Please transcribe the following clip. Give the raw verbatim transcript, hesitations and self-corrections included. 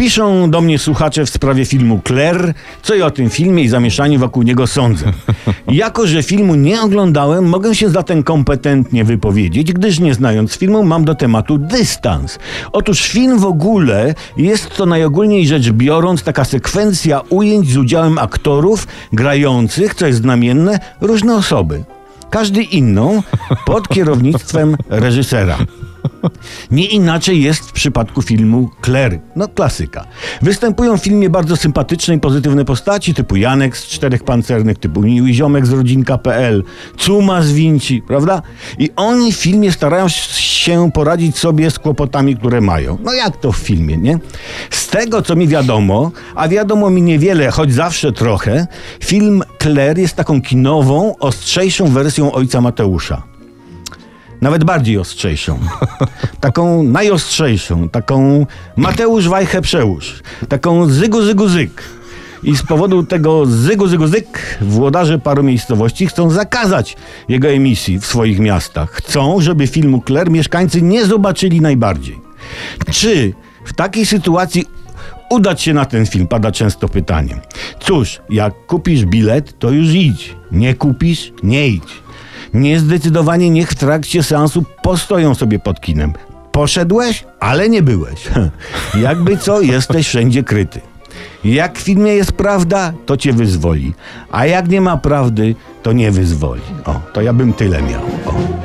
Piszą do mnie słuchacze w sprawie filmu Claire, co ja o tym filmie i zamieszaniu wokół niego sądzę. Jako że filmu nie oglądałem, mogę się zatem kompetentnie wypowiedzieć, gdyż nie znając filmu mam do tematu dystans. Otóż film w ogóle jest to najogólniej rzecz biorąc taka sekwencja ujęć z udziałem aktorów grających, co jest znamienne, różne osoby. Każdy inną pod kierownictwem reżysera. Nie inaczej jest w przypadku filmu Claire. No klasyka. Występują w filmie bardzo sympatyczne i pozytywne postaci, typu Janek z Czterech Pancernych, typu miły ziomek z rodzinka kropka pe el, Cuma z Vinci, prawda? I oni w filmie starają się poradzić sobie z kłopotami, które mają. No jak to w filmie, nie? Z tego, co mi wiadomo, a wiadomo mi niewiele, choć zawsze trochę, film Claire jest taką kinową, ostrzejszą wersją Ojca Mateusza. Nawet bardziej ostrzejszą. Taką najostrzejszą. Taką Mateusz Wajchę przełóż. Taką zygu zygu zyk. I z powodu tego zygu zygu zyk włodarze paru miejscowości chcą zakazać jego emisji w swoich miastach. Chcą, żeby filmu Claire mieszkańcy nie zobaczyli najbardziej. Czy w takiej sytuacji udać się na ten film? Pada często pytanie. Cóż, jak kupisz bilet, to już idź. Nie kupisz? Nie idź. Niezdecydowanie niech w trakcie seansu postoją sobie pod kinem. Poszedłeś, ale nie byłeś. Jakby co, jesteś wszędzie kryty. Jak w filmie jest prawda, to cię wyzwoli. A jak nie ma prawdy, to nie wyzwoli. O, to ja bym tyle miał. O.